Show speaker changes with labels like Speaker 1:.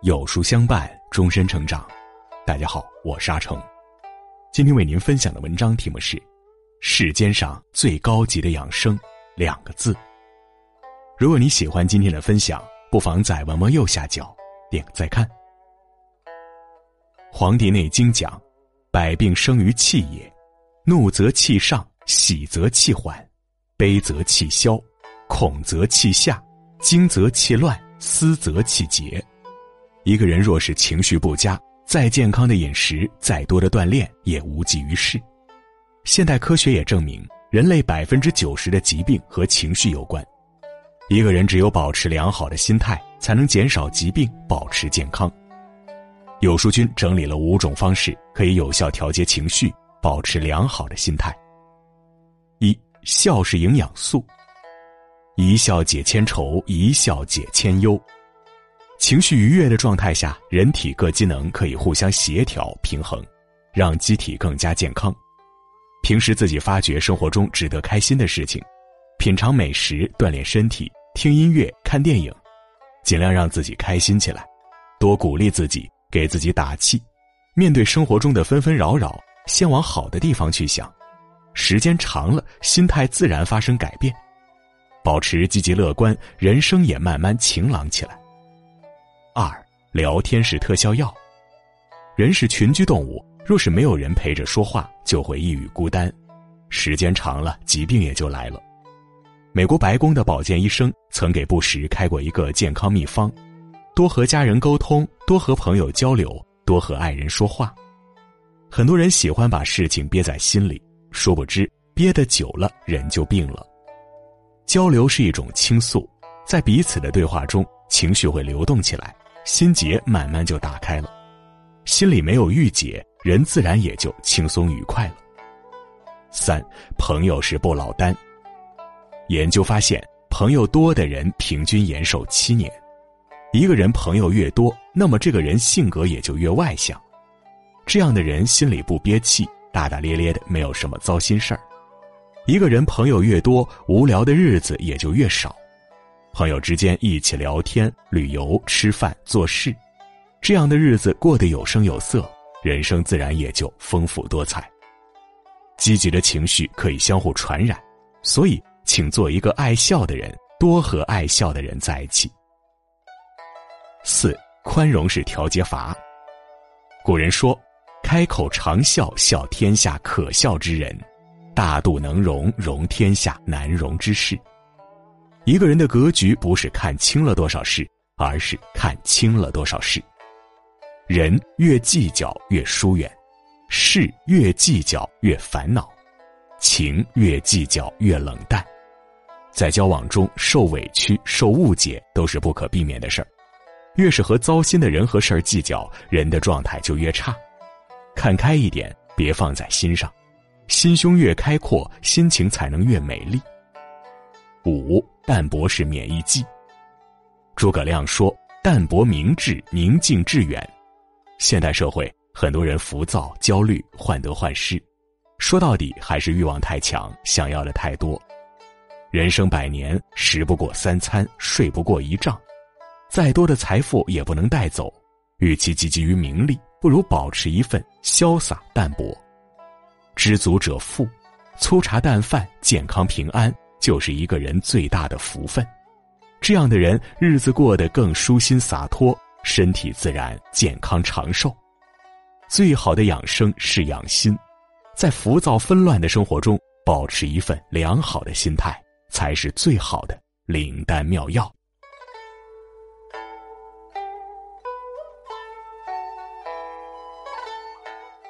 Speaker 1: 有书相伴，终身成长。大家好，我是阿成。今天为您分享的文章题目是世间上最高级的养生2个字。如果你喜欢今天的分享，不妨在文末右下角点个再看。黄帝内经讲，百病生于气也，怒则气上，喜则气缓，悲则气消，恐则气下，惊则气乱，思则气结。一个人若是情绪不佳，再健康的饮食，再多的锻炼也无济于事。现代科学也证明，人类90%的疾病和情绪有关。一个人只有保持良好的心态，才能减少疾病，保持健康。有书君整理了5种方式，可以有效调节情绪，保持良好的心态。1. 笑是营养素。一笑解千愁，一笑解千忧。情绪愉悦的状态下，人体各机能可以互相协调平衡，让机体更加健康。平时自己发掘生活中值得开心的事情，品尝美食，锻炼身体，听音乐，看电影，尽量让自己开心起来，多鼓励自己，给自己打气。面对生活中的纷纷扰扰，先往好的地方去想，时间长了，心态自然发生改变。保持积极乐观，人生也慢慢晴朗起来。2. 聊天是特效药。人是群居动物，若是没有人陪着说话，就会抑郁孤单，时间长了，疾病也就来了。美国白宫的保健医生曾给布什开过一个健康秘方：多和家人沟通，多和朋友交流，多和爱人说话。很多人喜欢把事情憋在心里，殊不知憋得久了，人就病了。交流是一种倾诉，在彼此的对话中，情绪会流动起来，心结慢慢就打开了。心里没有郁结，人自然也就轻松愉快了。3. 朋友是不老丹。研究发现，朋友多的人平均延寿7年。一个人朋友越多，那么这个人性格也就越外向。这样的人心里不憋气，大大咧咧的，没有什么糟心事儿。一个人朋友越多，无聊的日子也就越少。朋友之间一起聊天、旅游、吃饭、做事，这样的日子过得有声有色，人生自然也就丰富多彩。积极的情绪可以相互传染，所以请做一个爱笑的人，多和爱笑的人在一起。4. 宽容是调节阀。古人说，开口常笑，笑天下可笑之人，大度能容，容天下难容之事。一个人的格局不是看清了多少事，而是看清了多少事。人越计较越疏远，事越计较越烦恼，情越计较越冷淡。在交往中，受委屈、受误解都是不可避免的事儿。越是和糟心的人和事儿计较，人的状态就越差。看开一点，别放在心上，心胸越开阔，心情才能越美丽。5. 淡泊是免疫剂。诸葛亮说，淡泊明志，宁静致远。现代社会，很多人浮躁、焦虑，患得患失，说到底还是欲望太强，想要的太多。人生100年，食不过3餐，睡不过1觉，再多的财富也不能带走。与其汲汲于名利，不如保持一份潇洒淡泊。知足者富，粗茶淡饭，健康平安，就是一个人最大的福分。这样的人，日子过得更舒心洒脱，身体自然健康长寿。最好的养生是养心，在浮躁纷乱的生活中，保持一份良好的心态，才是最好的灵丹妙药。